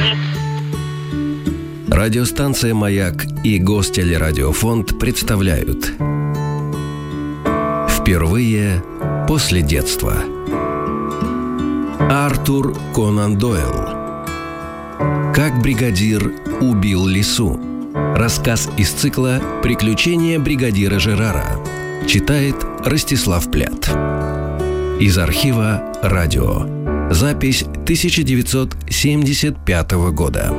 Радиостанция «Маяк» и Гостелерадиофонд представляют «Впервые после детства». Артур Конан Дойл. Как бригадир убил лису. Рассказ из цикла «Приключения бригадира Жерара». Читает Ростислав Плят. Из архива «Радио». Запись 1975 года.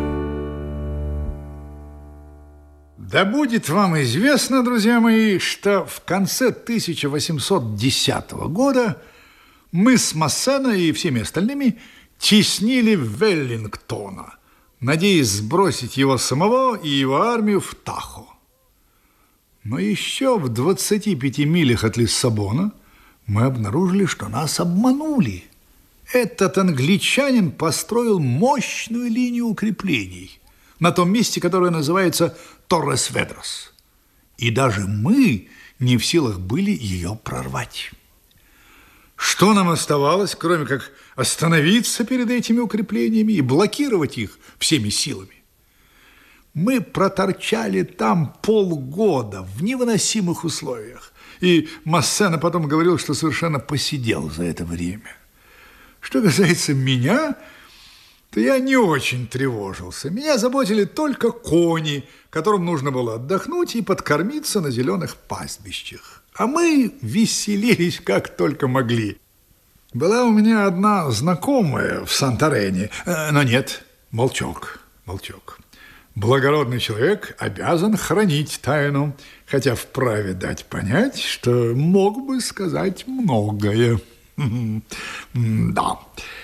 Да будет вам известно, друзья мои, что в конце 1810 года мы с Массена и всеми остальными теснили Веллингтона, надеясь сбросить его самого и его армию в Тахо. Но еще в 25 милях от Лиссабона мы обнаружили, что нас обманули. Этот англичанин построил мощную линию укреплений на том месте, которое называется Торрес-Ведрос. И даже мы не в силах были ее прорвать. Что нам оставалось, кроме как остановиться перед этими укреплениями и блокировать их всеми силами? Мы проторчали там полгода в невыносимых условиях. И Массена потом говорил, что совершенно посидел за это время. Что касается меня, то я не очень тревожился. Меня заботили только кони, которым нужно было отдохнуть и подкормиться на зеленых пастбищах. А мы веселились как только могли. Была у меня одна знакомая в Санторени, но нет, молчок. Благородный человек обязан хранить тайну, хотя вправе дать понять, что мог бы сказать многое. Да.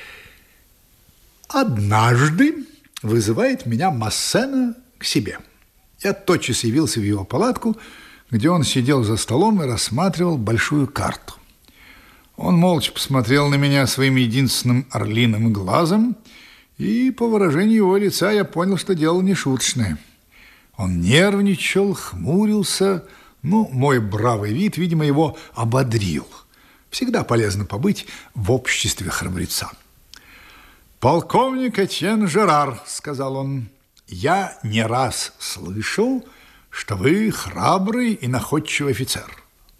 Однажды вызывает меня Массена к себе. Я тотчас явился в его палатку, где он сидел за столом и рассматривал большую карту. Он молча посмотрел на меня своим единственным орлиным глазом, и по выражению его лица я понял, что дело нешуточное. Он нервничал, хмурился, мой бравый вид, видимо, его ободрил. Всегда полезно побыть в обществе храбреца. «Полковник Этьен Жерар», — сказал он, — «я не раз слышал, что вы храбрый и находчивый офицер».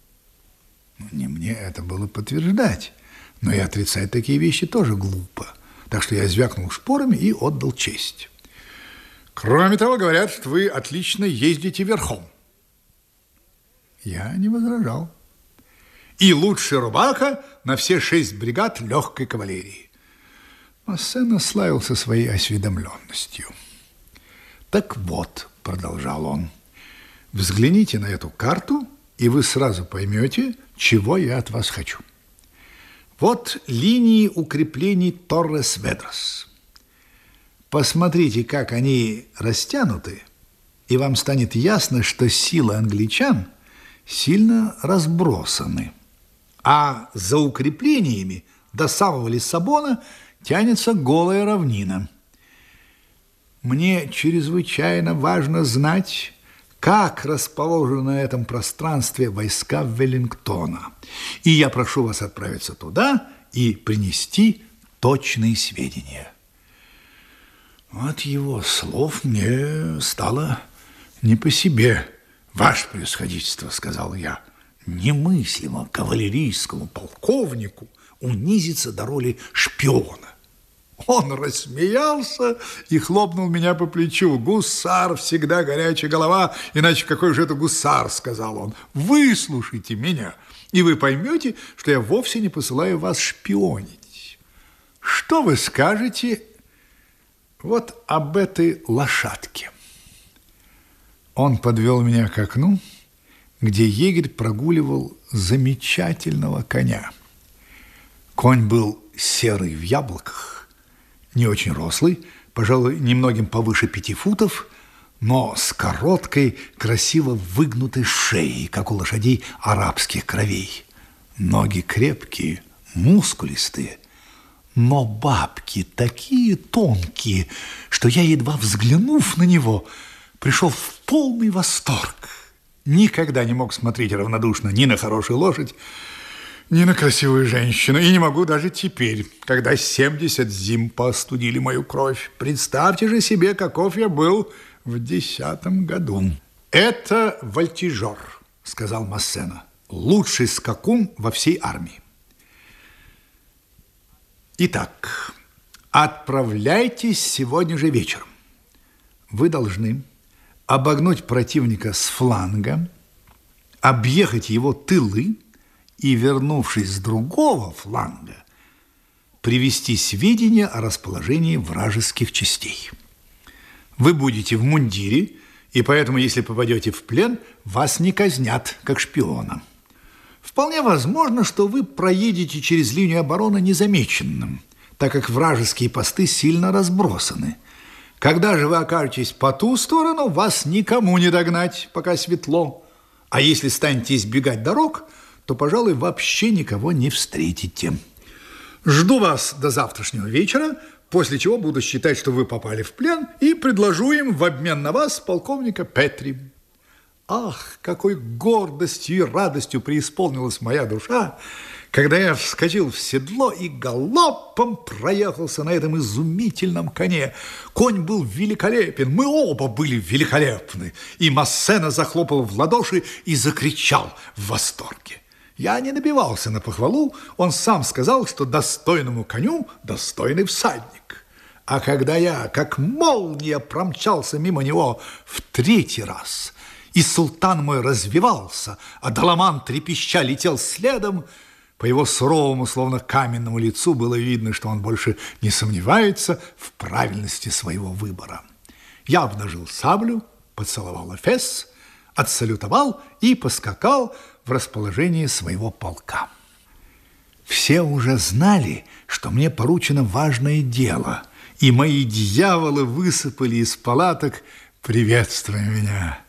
Не мне это было подтверждать, но и отрицать такие вещи тоже глупо. Так что я звякнул шпорами и отдал честь. «Кроме того, говорят, что вы отлично ездите верхом». Я не возражал. «И лучший рубака на все 6 бригад легкой кавалерии». Массена славился своей осведомленностью. «Так вот», — продолжал он, — «взгляните на эту карту, и вы сразу поймете, чего я от вас хочу. Вот линии укреплений Торрес-Ведрос. Посмотрите, как они растянуты, и вам станет ясно, что силы англичан сильно разбросаны. А за укреплениями до самого Лиссабона тянется голая равнина. Мне чрезвычайно важно знать, как расположены на этом пространстве войска Веллингтона. И я прошу вас отправиться туда и принести точные сведения». От его слов мне стало не по себе. «Ваше превосходительство», — сказал я, — «немыслимо кавалерийскому полковнику унизиться до роли шпиона». Он рассмеялся и хлопнул меня по плечу. «Гусар всегда горячая голова, иначе какой же это гусар», — сказал он. «Выслушайте меня, и вы поймете, что я вовсе не посылаю вас шпионить. Что вы скажете вот об этой лошадке?» Он подвел меня к окну, где егерь прогуливал замечательного коня. Конь был серый в яблоках, не очень рослый, пожалуй, немногим повыше 5 футов, но с короткой, красиво выгнутой шеей, как у лошадей арабских кровей. Ноги крепкие, мускулистые, но бабки такие тонкие, что я, едва взглянув на него, пришел в полный восторг. Никогда не мог смотреть равнодушно ни на хорошую лошадь, ни на красивую женщину. И не могу даже теперь, когда 70 зим поостудили мою кровь. Представьте же себе, каков я был в 10-м году. Это Вольтежер, сказал Массена. Лучший скакун во всей армии. Итак, отправляйтесь сегодня же вечером. Вы должны обогнуть противника с фланга, объехать его тылы и, вернувшись с другого фланга, привести сведения о расположении вражеских частей. Вы будете в мундире, и поэтому, если попадете в плен, вас не казнят, как шпиона. Вполне возможно, что вы проедете через линию обороны незамеченным, так как вражеские посты сильно разбросаны. Когда же вы окажетесь по ту сторону, вас никому не догнать, пока светло. А если станете избегать дорог, то, пожалуй, вообще никого не встретите. Жду вас до завтрашнего вечера, после чего буду считать, что вы попали в плен, и предложу им в обмен на вас полковника Петри. Ах, какой гордостью и радостью преисполнилась моя душа, когда я вскочил в седло и галопом проехался на этом изумительном коне. Конь был великолепен, мы оба были великолепны, и Массена захлопал в ладоши и закричал в восторге. Я не добивался на похвалу, он сам сказал, что достойному коню достойный всадник. А когда я, как молния, промчался мимо него в 3-й раз, и султан мой развивался, а Даламан трепеща летел следом, по его суровому, словно каменному лицу было видно, что он больше не сомневается в правильности своего выбора. Я обнажил саблю, поцеловал эфес, отсалютовал и поскакал в расположении своего полка. Все уже знали, что мне поручено важное дело, и мои дьяволы высыпали из палаток, приветствуя меня.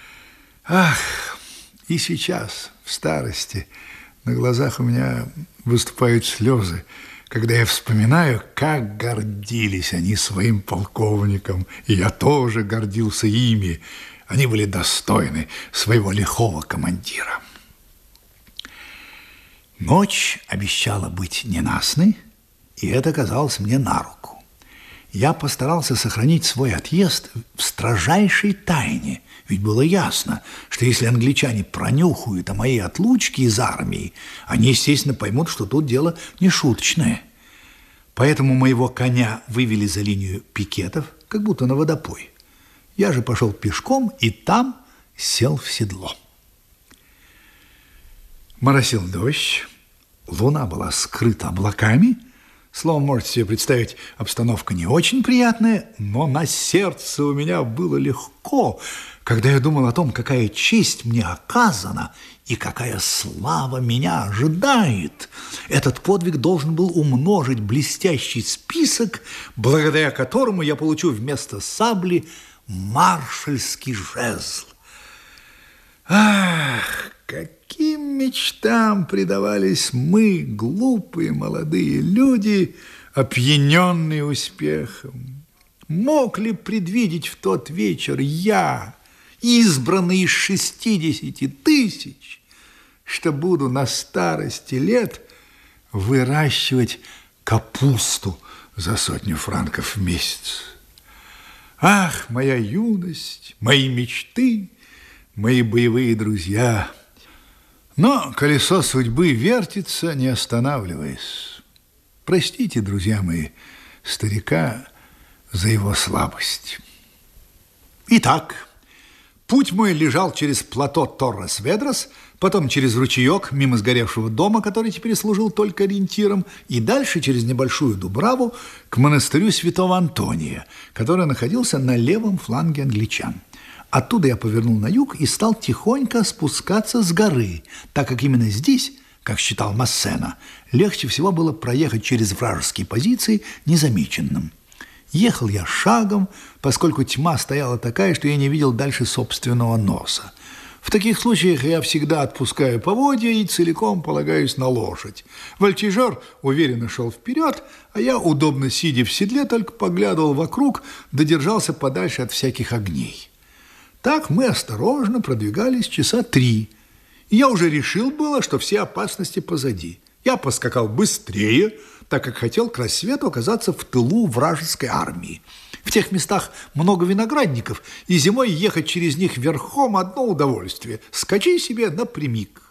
Ах, и сейчас, в старости, на глазах у меня выступают слезы, когда я вспоминаю, как гордились они своим полковником, и я тоже гордился ими. Они были достойны своего лихого командира. Ночь обещала быть ненастной, и это казалось мне на руку. Я постарался сохранить свой отъезд в строжайшей тайне, ведь было ясно, что если англичане пронюхают о моей отлучке из армии, они, естественно, поймут, что тут дело не шуточное. Поэтому моего коня вывели за линию пикетов, как будто на водопой. Я же пошел пешком и там сел в седло. Моросил дождь, луна была скрыта облаками. Словом, можете себе представить, обстановка не очень приятная, но на сердце у меня было легко, когда я думал о том, какая честь мне оказана и какая слава меня ожидает. Этот подвиг должен был умножить блестящий список, благодаря которому я получу вместо сабли маршальский жезл. Ах, каким мечтам предавались мы, глупые молодые люди, опьяненные успехом. Мог ли предвидеть в тот вечер я, избранный из 60 тысяч, что буду на старости лет выращивать капусту за 100 франков в месяц? Ах, моя юность, мои мечты, мои боевые друзья! Но колесо судьбы вертится, не останавливаясь. Простите, друзья мои, старика за его слабость. Итак, путь мой лежал через плато Торрес-Ведрос, потом через ручеек мимо сгоревшего дома, который теперь служил только ориентиром, и дальше через небольшую дубраву к монастырю святого Антония, который находился на левом фланге англичан. Оттуда я повернул на юг и стал тихонько спускаться с горы, так как именно здесь, как считал Массена, легче всего было проехать через вражеские позиции незамеченным. Ехал я шагом, поскольку тьма стояла такая, что я не видел дальше собственного носа. В таких случаях я всегда отпускаю поводья и целиком полагаюсь на лошадь. Вольтежер уверенно шел вперед, а я, удобно сидя в седле, только поглядывал вокруг, додержался подальше от всяких огней. Так мы осторожно продвигались часа 3, И я уже решил было, что все опасности позади. Я поскакал быстрее, так как хотел к рассвету оказаться в тылу вражеской армии. В тех местах много виноградников, и зимой ехать через них верхом одно удовольствие. Скачи себе напрямик.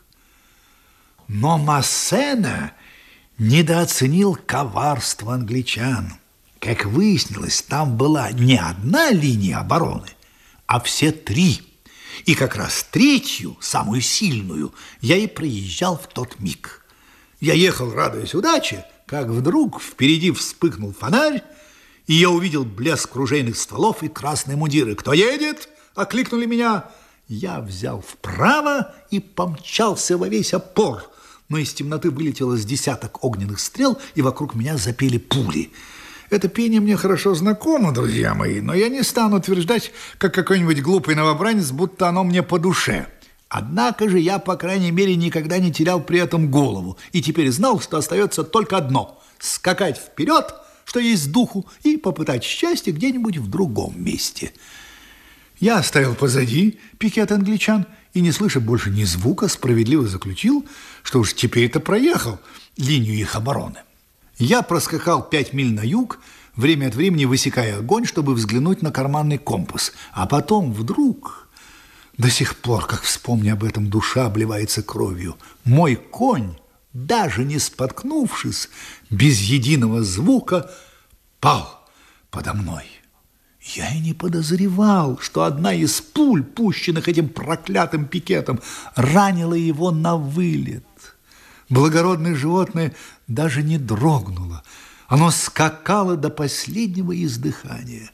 Но Массена недооценил коварство англичан. Как выяснилось, там была не одна линия обороны, а все три. И как раз третью, самую сильную, я и проезжал в тот миг. Я ехал, радуясь удаче, как вдруг впереди вспыхнул фонарь, и я увидел блеск ружейных стволов и красные мундиры. «Кто едет?» – окликнули меня. Я взял вправо и помчался во весь опор, но из темноты вылетело с десяток огненных стрел, и вокруг меня запели пули. Это пение мне хорошо знакомо, друзья мои, но я не стану утверждать, как какой-нибудь глупый новобранец, будто оно мне по душе. Однако же я, по крайней мере, никогда не терял при этом голову, и теперь знал, что остается только одно – скакать вперед, что есть духу, и попытать счастье где-нибудь в другом месте. Я оставил позади пикет англичан и, не слыша больше ни звука, справедливо заключил, что уж теперь-то проехал линию их обороны. Я проскакал 5 миль на юг, время от времени высекая огонь, чтобы взглянуть на карманный компас. А потом вдруг, до сих пор, как вспомню об этом, душа обливается кровью, мой конь, даже не споткнувшись, без единого звука, пал подо мной. Я и не подозревал, что одна из пуль, пущенных этим проклятым пикетом, ранила его на вылет. Благородное животное даже не дрогнуло. Оно скакало до последнего издыхания.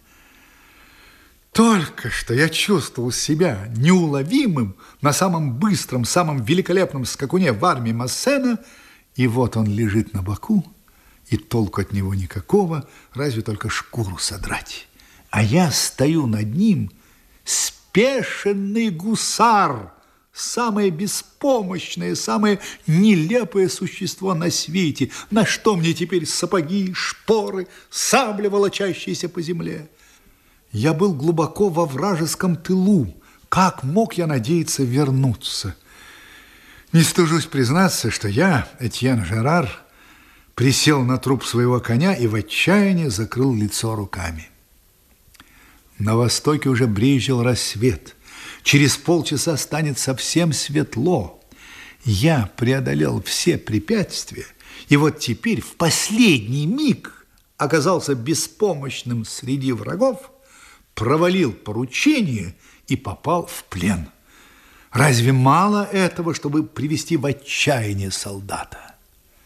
Только что я чувствовал себя неуловимым на самом быстром, самом великолепном скакуне в армии Массена, и вот он лежит на боку, и толку от него никакого, разве только шкуру содрать. А я стою над ним, спешенный гусар, самое беспомощное, самое нелепое существо на свете. На что мне теперь сапоги, шпоры, сабля, волочащиеся по земле? Я был глубоко во вражеском тылу. Как мог я надеяться вернуться? Не стыжусь признаться, что я, Этьен Жерар, присел на труп своего коня и в отчаянии закрыл лицо руками. На востоке уже брезжил рассвет. Через полчаса станет совсем светло. Я преодолел все препятствия, и вот теперь в последний миг оказался беспомощным среди врагов, провалил поручение и попал в плен. Разве мало этого, чтобы привести в отчаяние солдата?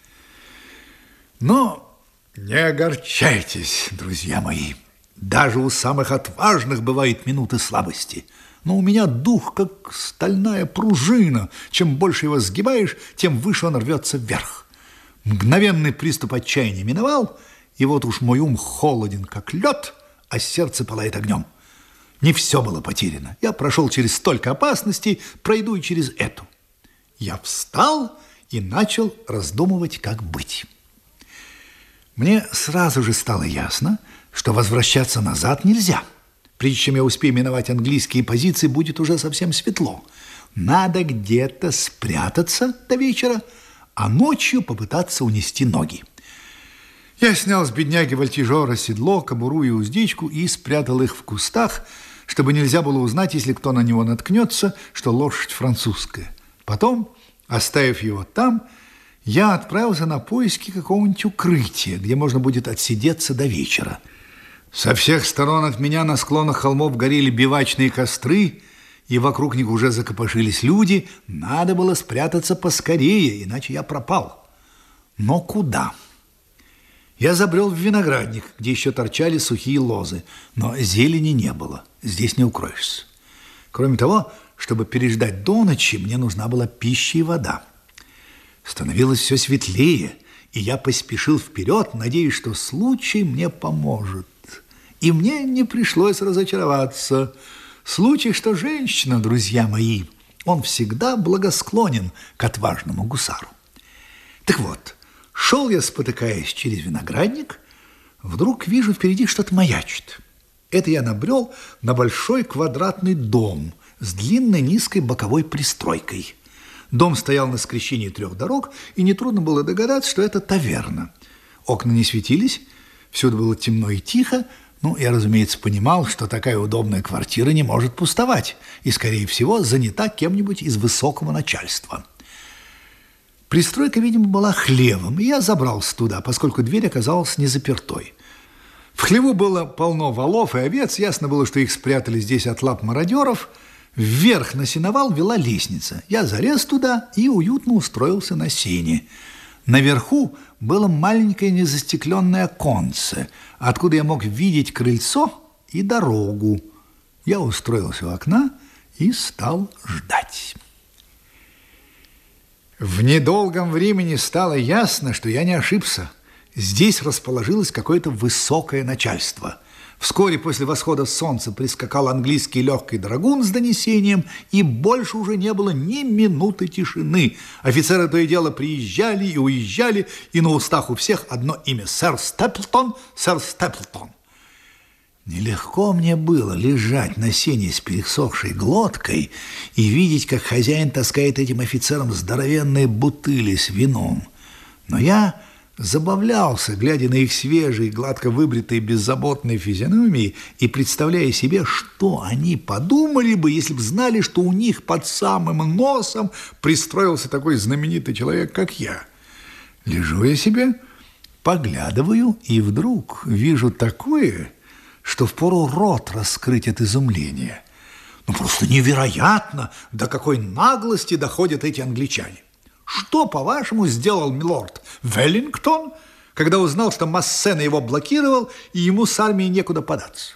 Но не огорчайтесь, друзья мои. Даже у самых отважных бывают минуты слабости. Но у меня дух, как стальная пружина. Чем больше его сгибаешь, тем выше он рвется вверх. Мгновенный приступ отчаяния миновал, и вот уж мой ум холоден, как лед, а сердце пылает огнем. Не все было потеряно. Я прошел через столько опасностей, пройду и через эту. Я встал и начал раздумывать, как быть. Мне сразу же стало ясно, что возвращаться назад нельзя. Прежде чем я успею миновать английские позиции, будет уже совсем светло. Надо где-то спрятаться до вечера, а ночью попытаться унести ноги. Я снял с бедняги Вольтежора седло, кобуру и уздечку и спрятал их в кустах, чтобы нельзя было узнать, если кто на него наткнется, что лошадь французская. Потом, оставив его там, я отправился на поиски какого-нибудь укрытия, где можно будет отсидеться до вечера. Со всех сторон от меня на склонах холмов горели бивачные костры, и вокруг них уже закопошились люди. Надо было спрятаться поскорее, иначе я пропал. Но куда? Я забрел в виноградник, где еще торчали сухие лозы, но зелени не было, здесь не укроешься. Кроме того, чтобы переждать до ночи, мне нужна была пища и вода. Становилось все светлее, и я поспешил вперед, надеясь, что случай мне поможет. И мне не пришлось разочароваться. Случай, что женщина, друзья мои, он всегда благосклонен к отважному гусару. Так вот, шел я, спотыкаясь через виноградник, вдруг вижу впереди что-то маячит. Это я набрел на большой квадратный дом с длинной низкой боковой пристройкой. Дом стоял на скрещении 3 дорог, и нетрудно было догадаться, что это таверна. Окна не светились, всюду было темно и тихо. Я, разумеется, понимал, что такая удобная квартира не может пустовать и, скорее всего, занята кем-нибудь из высокого начальства. Пристройка, видимо, была хлевом, и я забрался туда, поскольку дверь оказалась не запертой. В хлеву было полно волов и овец, ясно было, что их спрятали здесь от лап мародеров. Вверх на сеновал вела лестница. Я залез туда и уютно устроился на сене. Наверху было маленькое незастекленное оконце, откуда я мог видеть крыльцо и дорогу. Я устроился у окна и стал ждать. В недолгом времени стало ясно, что я не ошибся. Здесь расположилось какое-то высокое начальство. Вскоре после восхода солнца прискакал английский легкий драгун с донесением, и больше уже не было ни минуты тишины. Офицеры то и дело приезжали и уезжали, и на устах у всех одно имя – сэр Степлтон, сэр Степлтон. Нелегко мне было лежать на сене с пересохшей глоткой и видеть, как хозяин таскает этим офицерам здоровенные бутыли с вином. Но я забавлялся, глядя на их свежие, гладко выбритые, беззаботные физиономии и представляя себе, что они подумали бы, если бы знали, что у них под самым носом пристроился такой знаменитый человек, как я. Лежу я себе, поглядываю, и вдруг вижу такое, что впору рот раскрыть от изумления. Просто невероятно, до какой наглости доходят эти англичане. Что, по-вашему, сделал милорд Веллингтон, когда узнал, что Массена его блокировал, и ему с армией некуда податься?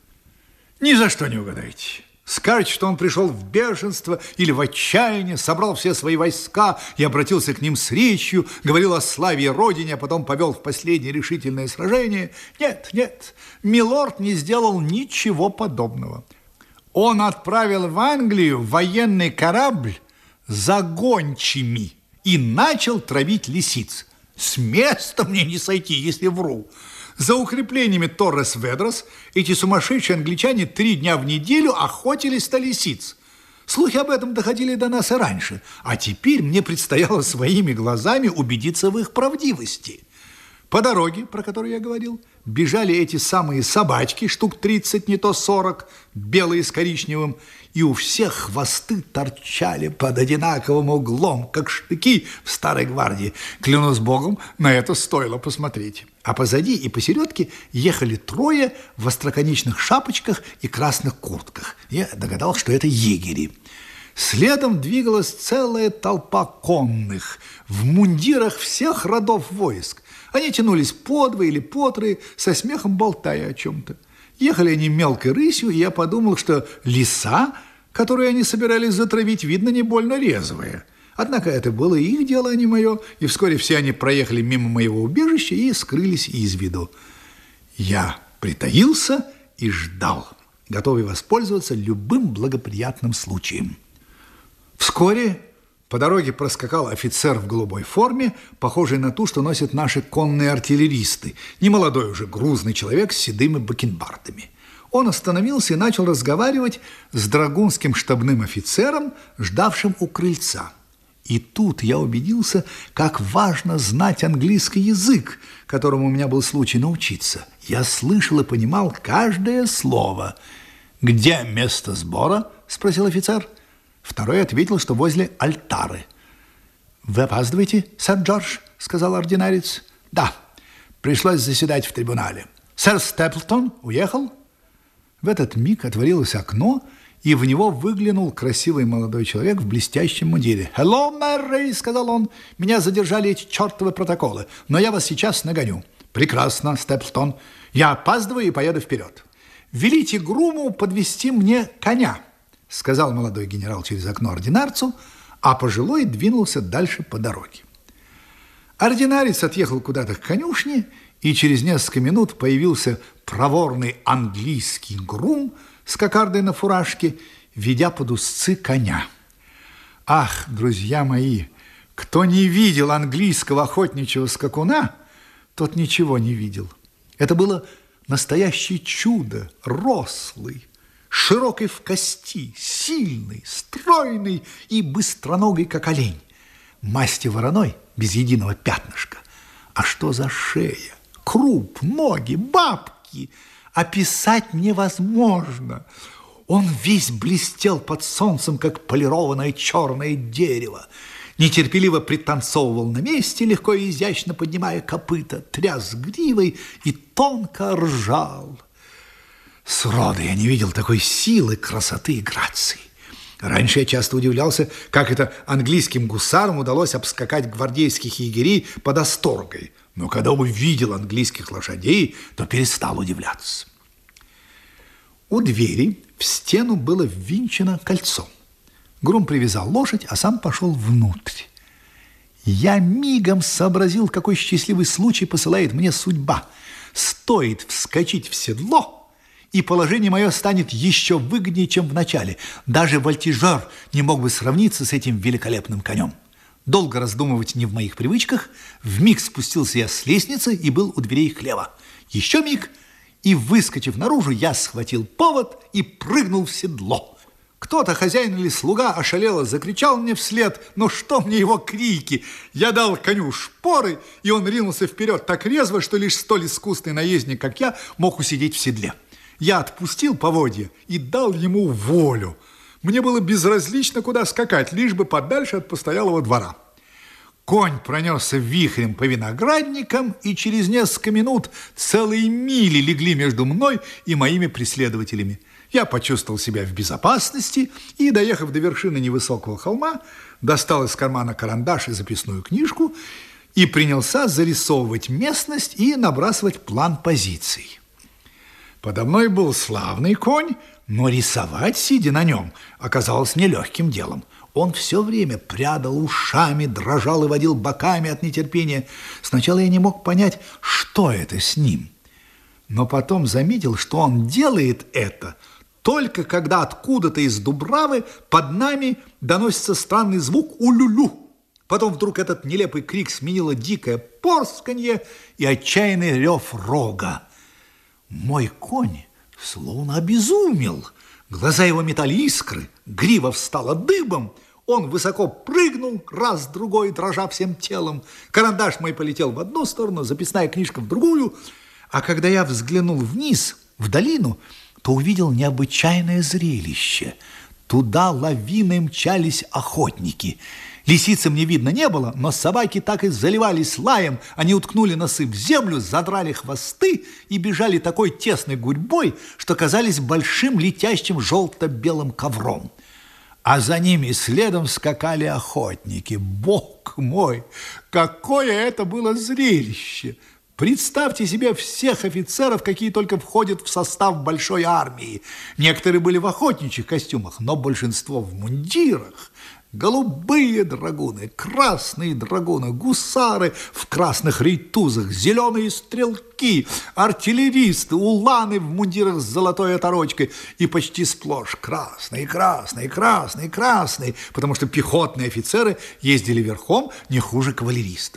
Ни за что не угадаете. Скажет, что он пришел в бешенство или в отчаяние, собрал все свои войска и обратился к ним с речью, говорил о славе и родине, а потом повел в последнее решительное сражение. Нет, милорд не сделал ничего подобного. Он отправил в Англию военный корабль за гончими и начал травить лисиц. С места мне не сойти, если вру. За укреплениями Торрес-Ведрос эти сумасшедшие англичане 3 дня в неделю охотились на лисиц. Слухи об этом доходили до нас и раньше, а теперь мне предстояло своими глазами убедиться в их правдивости. По дороге, про которую я говорил, бежали эти самые собачки, штук 30, не то 40, белые с коричневым, и у всех хвосты торчали под одинаковым углом, как штыки в старой гвардии. Клянусь богом, на это стоило посмотреть. А позади и посередке ехали 3 в остроконечных шапочках и красных куртках. Я догадался, что это егери. Следом двигалась целая толпа конных в мундирах всех родов войск. Они тянулись по 2 или по 3, со смехом болтая о чем-то. Ехали они мелкой рысью, и я подумал, что лиса, которую они собирались затравить, видно, не больно резвая. Однако это было их дело, а не мое, и вскоре все они проехали мимо моего убежища и скрылись из виду. Я притаился и ждал, готовый воспользоваться любым благоприятным случаем. Вскоре по дороге проскакал офицер в голубой форме, похожий на ту, что носят наши конные артиллеристы, немолодой уже грузный человек с седыми бакенбардами. Он остановился и начал разговаривать с драгунским штабным офицером, ждавшим у крыльца. И тут я убедился, как важно знать английский язык, которому у меня был случай научиться. Я слышал и понимал каждое слово. «Где место сбора?» – спросил офицер. Второй ответил, что возле альтары. «Вы опаздываете, сэр Джордж?» – сказал ординарец. «Да, пришлось заседать в трибунале. Сэр Степлтон уехал?» В этот миг отворилось окно, и в него выглянул красивый молодой человек в блестящем мундире. «Hello, Мэри!» – сказал он. «Меня задержали эти чертовы протоколы, но я вас сейчас нагоню». «Прекрасно, Степлтон. Я опаздываю и поеду вперед. Велите груму подвести мне коня», – сказал молодой генерал через окно ординарцу, а пожилой двинулся дальше по дороге. Ординарец отъехал куда-то к конюшне, и через несколько минут появился проворный английский грум с кокардой на фуражке, ведя под узцы коня. Ах, друзья мои, кто не видел английского охотничьего скакуна, тот ничего не видел. Это было настоящее чудо, рослый, широкий в кости, сильный, стройный и быстроногий, как олень. Масти вороной, без единого пятнышка. А что за шея, круп, ноги, бабки? Описать невозможно. Он весь блестел под солнцем, как полированное черное дерево. Нетерпеливо пританцовывал на месте, легко и изящно поднимая копыта, тряс гривой и тонко ржал. Сроду я не видел такой силы, красоты и грации. Раньше я часто удивлялся, как это английским гусарам удалось обскакать гвардейских егерей под Асторгой. Но когда увидел английских лошадей, то перестал удивляться. У двери в стену было ввинчено кольцо. Грум привязал лошадь, а сам пошел внутрь. Я мигом сообразил, какой счастливый случай посылает мне судьба. Стоит вскочить в седло, и положение мое станет еще выгоднее, чем в начале. Даже вольтижер не мог бы сравниться с этим великолепным конем. Долго раздумывать не в моих привычках. Вмиг спустился я с лестницы и был у дверей хлева. Еще миг, и, выскочив наружу, я схватил повод и прыгнул в седло. Кто-то, хозяин или слуга, ошалело закричал мне вслед. Но что мне его крики? Я дал коню шпоры, и он ринулся вперед так резво, что лишь столь искусный наездник, как я, мог усидеть в седле. Я отпустил поводья и дал ему волю. Мне было безразлично, куда скакать, лишь бы подальше от постоялого двора. Конь пронесся вихрем по виноградникам, и через несколько минут целые мили легли между мной и моими преследователями. Я почувствовал себя в безопасности и, доехав до вершины невысокого холма, достал из кармана карандаш и записную книжку и принялся зарисовывать местность и набрасывать план позиций. Подо мной был славный конь, но рисовать, сидя на нем, оказалось нелегким делом. Он все время прядал ушами, дрожал и водил боками от нетерпения. Сначала я не мог понять, что это с ним. Но потом заметил, что он делает это только когда откуда-то из дубравы под нами доносится странный звук «улю-лю». Потом вдруг этот нелепый крик сменило дикое порсканье и отчаянный рев рога. Мой конь словно обезумел. Глаза его метали искры, грива встала дыбом. Он высоко прыгнул, раз-другой, дрожа всем телом. Карандаш мой полетел в одну сторону, записная книжка в другую. А когда я взглянул вниз, в долину, то увидел необычайное зрелище. Туда лавиной мчались охотники. Лисицы мне видно не было, но собаки так и заливались лаем. Они уткнули носы в землю, задрали хвосты и бежали такой тесной гурьбой, что казались большим летящим желто-белым ковром. А за ними следом скакали охотники. Бог мой, какое это было зрелище! Представьте себе всех офицеров, какие только входят в состав большой армии. Некоторые были в охотничьих костюмах, но большинство в мундирах. Голубые драгуны, красные драгуны, гусары в красных рейтузах, зеленые стрелки, артиллеристы, уланы в мундирах с золотой оторочкой и почти сплошь красные, красные, красные, красные, потому что пехотные офицеры ездили верхом не хуже кавалеристов.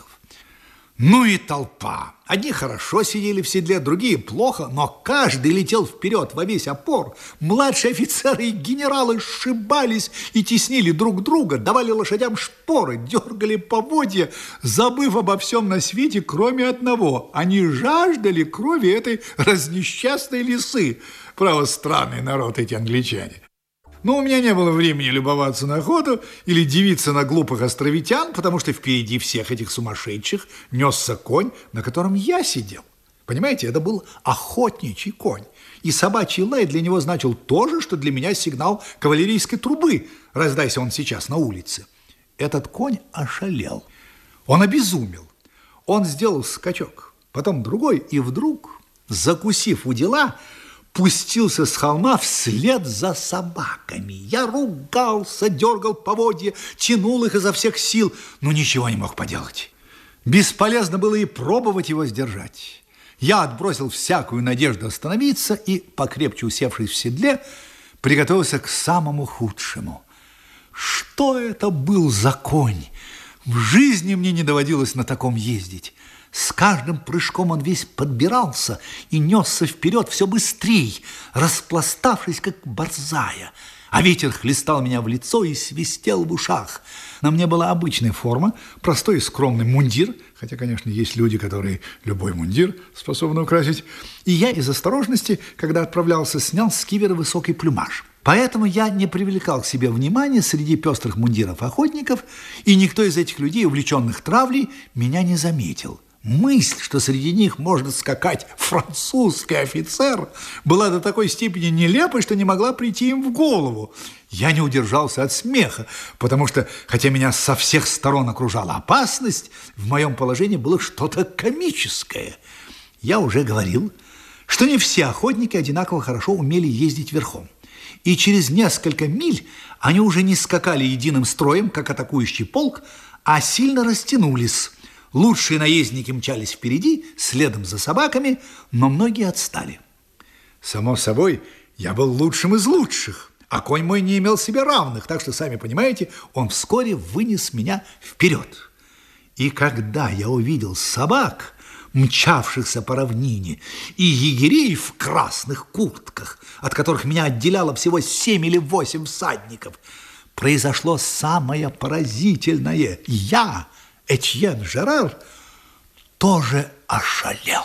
Ну и толпа. Одни хорошо сидели в седле, другие плохо, но каждый летел вперед во весь опор. Младшие офицеры и генералы сшибались и теснили друг друга, давали лошадям шпоры, дергали поводья, забыв обо всем на свете, кроме одного. Они жаждали крови этой разнесчастной лисы. Право, странный народ эти англичане. Но у меня не было времени любоваться на охоту или дивиться на глупых островитян, потому что впереди всех этих сумасшедших несся конь, на котором я сидел. Понимаете, это был охотничий конь. И собачий лай для него значил то же, что для меня сигнал кавалерийской трубы, раздайся он сейчас на улице. Этот конь ошалел. Он обезумел. Он сделал скачок, потом другой, и вдруг, закусив у дела, пустился с холма вслед за собаками. Я ругался, дергал поводья, тянул их изо всех сил, но ничего не мог поделать. Бесполезно было и пробовать его сдержать. Я отбросил всякую надежду остановиться и, покрепче усевшись в седле, приготовился к самому худшему. Что это был за конь? В жизни мне не доводилось на таком ездить. С каждым прыжком он весь подбирался и несся вперед все быстрей, распластавшись, как борзая. А ветер хлестал меня в лицо и свистел в ушах. На мне была обычная форма, простой и скромный мундир, хотя, конечно, есть люди, которые любой мундир способны украсить. И я из осторожности, когда отправлялся, снял с кивера высокий плюмаж. Поэтому я не привлекал к себе внимания среди пестрых мундиров охотников, и никто из этих людей, увлеченных травлей, меня не заметил. Мысль, что среди них может скакать французский офицер, была до такой степени нелепой, что не могла прийти им в голову. Я не удержался от смеха, потому что, хотя меня со всех сторон окружала опасность, в моем положении было что-то комическое. Я уже говорил, что не все охотники одинаково хорошо умели ездить верхом. И через несколько миль они уже не скакали единым строем, как атакующий полк, а сильно растянулись. Лучшие наездники мчались впереди, следом за собаками, но многие отстали. Само собой, я был лучшим из лучших, а конь мой не имел себе равных, так что, сами понимаете, он вскоре вынес меня вперед. И когда я увидел собак, мчавшихся по равнине, и егерей в красных куртках, от которых меня отделяло всего 7 или 8 всадников, произошло самое поразительное. Я, Этьен Жерар, тоже ошалел.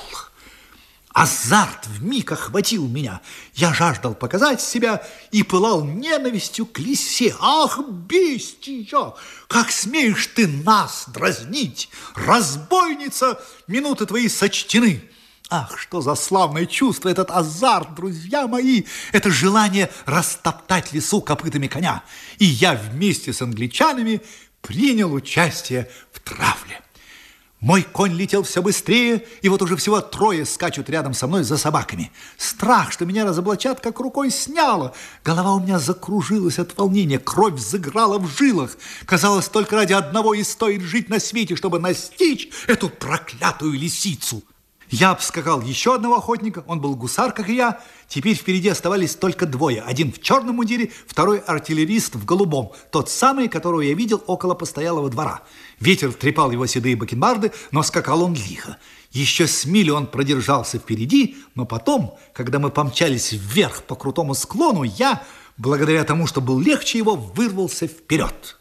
Азарт вмиг охватил меня. Я жаждал показать себя и пылал ненавистью к лисе. Ах, бестия! Как смеешь ты нас дразнить? Разбойница, минуты твои сочтены. Ах, что за славное чувство, этот азарт, друзья мои, это желание растоптать лису копытами коня. И я вместе с англичанами принял участие в травле. Мой конь летел все быстрее, и вот уже всего 3 скачут рядом со мной за собаками. Страх, что меня разоблачат, как рукой сняло. Голова у меня закружилась от волнения, кровь взыграла в жилах. Казалось, только ради одного и стоит жить на свете, чтобы настичь эту проклятую лисицу. Я обскакал еще одного охотника, он был гусар, как и я. Теперь впереди оставались только 2. Один в черном мундире, второй артиллерист в голубом. Тот самый, которого я видел около постоялого двора. Ветер трепал его седые бакенбарды, но скакал он лихо. Еще с мили он продержался впереди, но потом, когда мы помчались вверх по крутому склону, я, благодаря тому, что был легче его, вырвался вперед.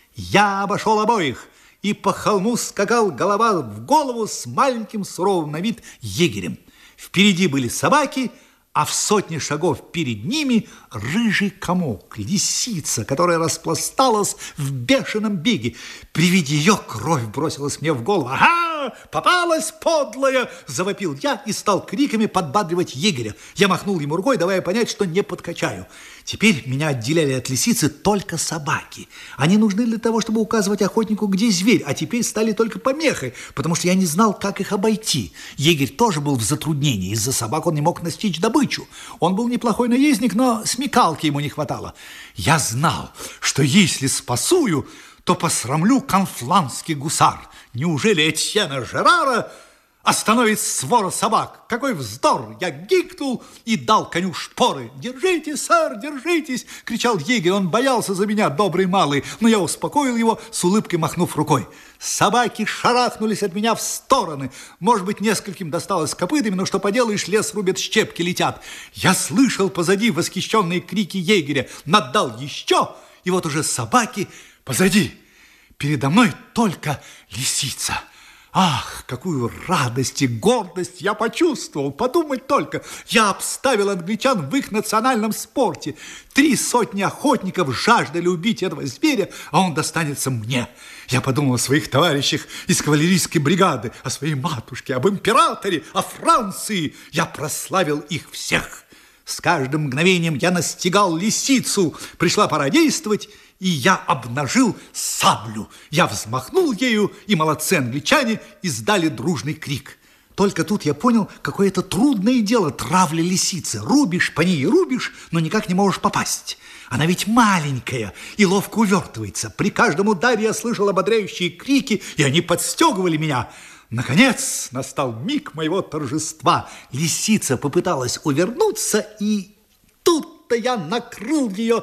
Я обошел обоих и по холму скакал голова в голову с маленьким суровым на вид егерем. Впереди были собаки, а в 100 шагов перед ними рыжий комок, лисица, которая распласталась в бешеном беге. При виде ее кровь бросилась мне в голову. «Ага, попалась, подлая!» – завопил я и стал криками подбадривать егеря. Я махнул ему рукой, давая понять, что не подкачаю. Теперь меня отделяли от лисицы только собаки. Они нужны для того, чтобы указывать охотнику, где зверь, а теперь стали только помехой, потому что я не знал, как их обойти. Егерь тоже был в затруднении. Из-за собак он не мог настичь добычу. Он был неплохой наездник, но смекалки ему не хватало. Я знал, что если спасую, то посрамлю конфланский гусар. Неужели Этьена Жерара остановит свора собак? Какой вздор! Я гикнул и дал коню шпоры. «Держите, сэр, держитесь!» – кричал егерь. Он боялся за меня, добрый малый, но я успокоил его, с улыбкой махнув рукой. Собаки шарахнулись от меня в стороны. Может быть, нескольким досталось копытами, но что поделаешь, лес рубят, щепки летят. Я слышал позади восхищенные крики егеря. Наддал еще, и вот уже собаки позади. Передо мной только лисица. Ах, какую радость и гордость я почувствовал! Подумать только, я обставил англичан в их национальном спорте. 300 охотников жаждали убить этого зверя, а он достанется мне. Я подумал о своих товарищах из кавалерийской бригады, о своей матушке, об императоре, о Франции. Я прославил их всех. С каждым мгновением я настигал лисицу. Пришла пора действовать, и я обнажил саблю. Я взмахнул ею, и молодцы англичане издали дружный крик. Только тут я понял, какое это трудное дело травля лисицы. Рубишь по ней, рубишь, но никак не можешь попасть. Она ведь маленькая и ловко увертывается. При каждом ударе я слышал ободряющие крики, и они подстегивали меня. Наконец настал миг моего торжества. Лисица попыталась увернуться, и тут-то я накрыл ее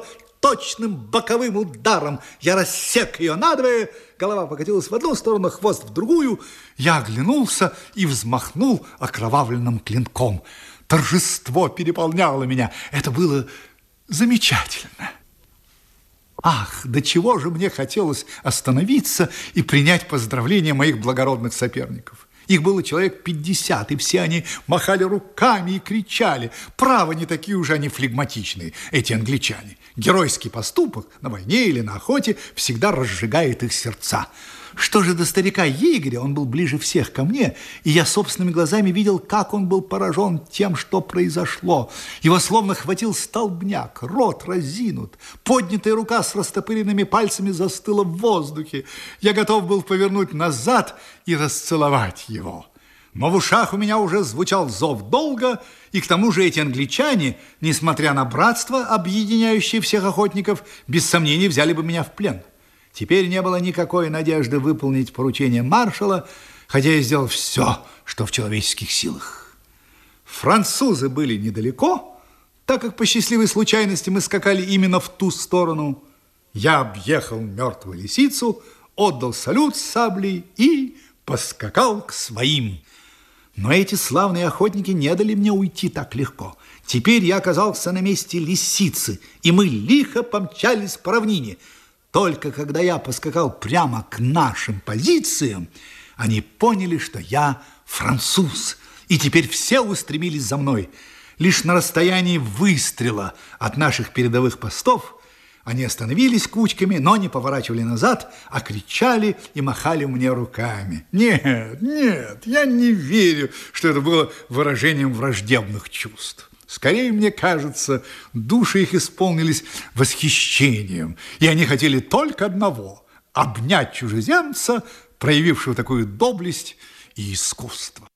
точным боковым ударом я рассек ее надвое, голова покатилась в одну сторону, хвост в другую. Я оглянулся и взмахнул окровавленным клинком. Торжество переполняло меня. Это было замечательно. Ах, до чего же мне хотелось остановиться и принять поздравления моих благородных соперников. Их было человек 50, и все они махали руками и кричали. Право, не такие уже они флегматичные, эти англичане. Геройский поступок на войне или на охоте всегда разжигает их сердца. Что же до старика-егеря, он был ближе всех ко мне, и я собственными глазами видел, как он был поражен тем, что произошло. Его словно хватил столбняк, рот разинут, поднятая рука с растопыренными пальцами застыла в воздухе. Я готов был повернуть назад и расцеловать его. Но в ушах у меня уже звучал зов долга, и к тому же эти англичане, несмотря на братство, объединяющее всех охотников, без сомнений взяли бы меня в плен. Теперь не было никакой надежды выполнить поручение маршала, хотя я сделал все, что в человеческих силах. Французы были недалеко, так как по счастливой случайности мы скакали именно в ту сторону. Я объехал мертвую лисицу, отдал салют с саблей и поскакал к своим. Но эти славные охотники не дали мне уйти так легко. Теперь я оказался на месте лисицы, и мы лихо помчались по равнине. Только когда я поскакал прямо к нашим позициям, они поняли, что я француз, и теперь все устремились за мной. Лишь на расстоянии выстрела от наших передовых постов они остановились кучками, но не поворачивали назад, а кричали и махали мне руками. Нет, я не верю, что это было выражением враждебных чувств. Скорее, мне кажется, души их исполнились восхищением, и они хотели только одного – обнять чужеземца, проявившего такую доблесть и искусство.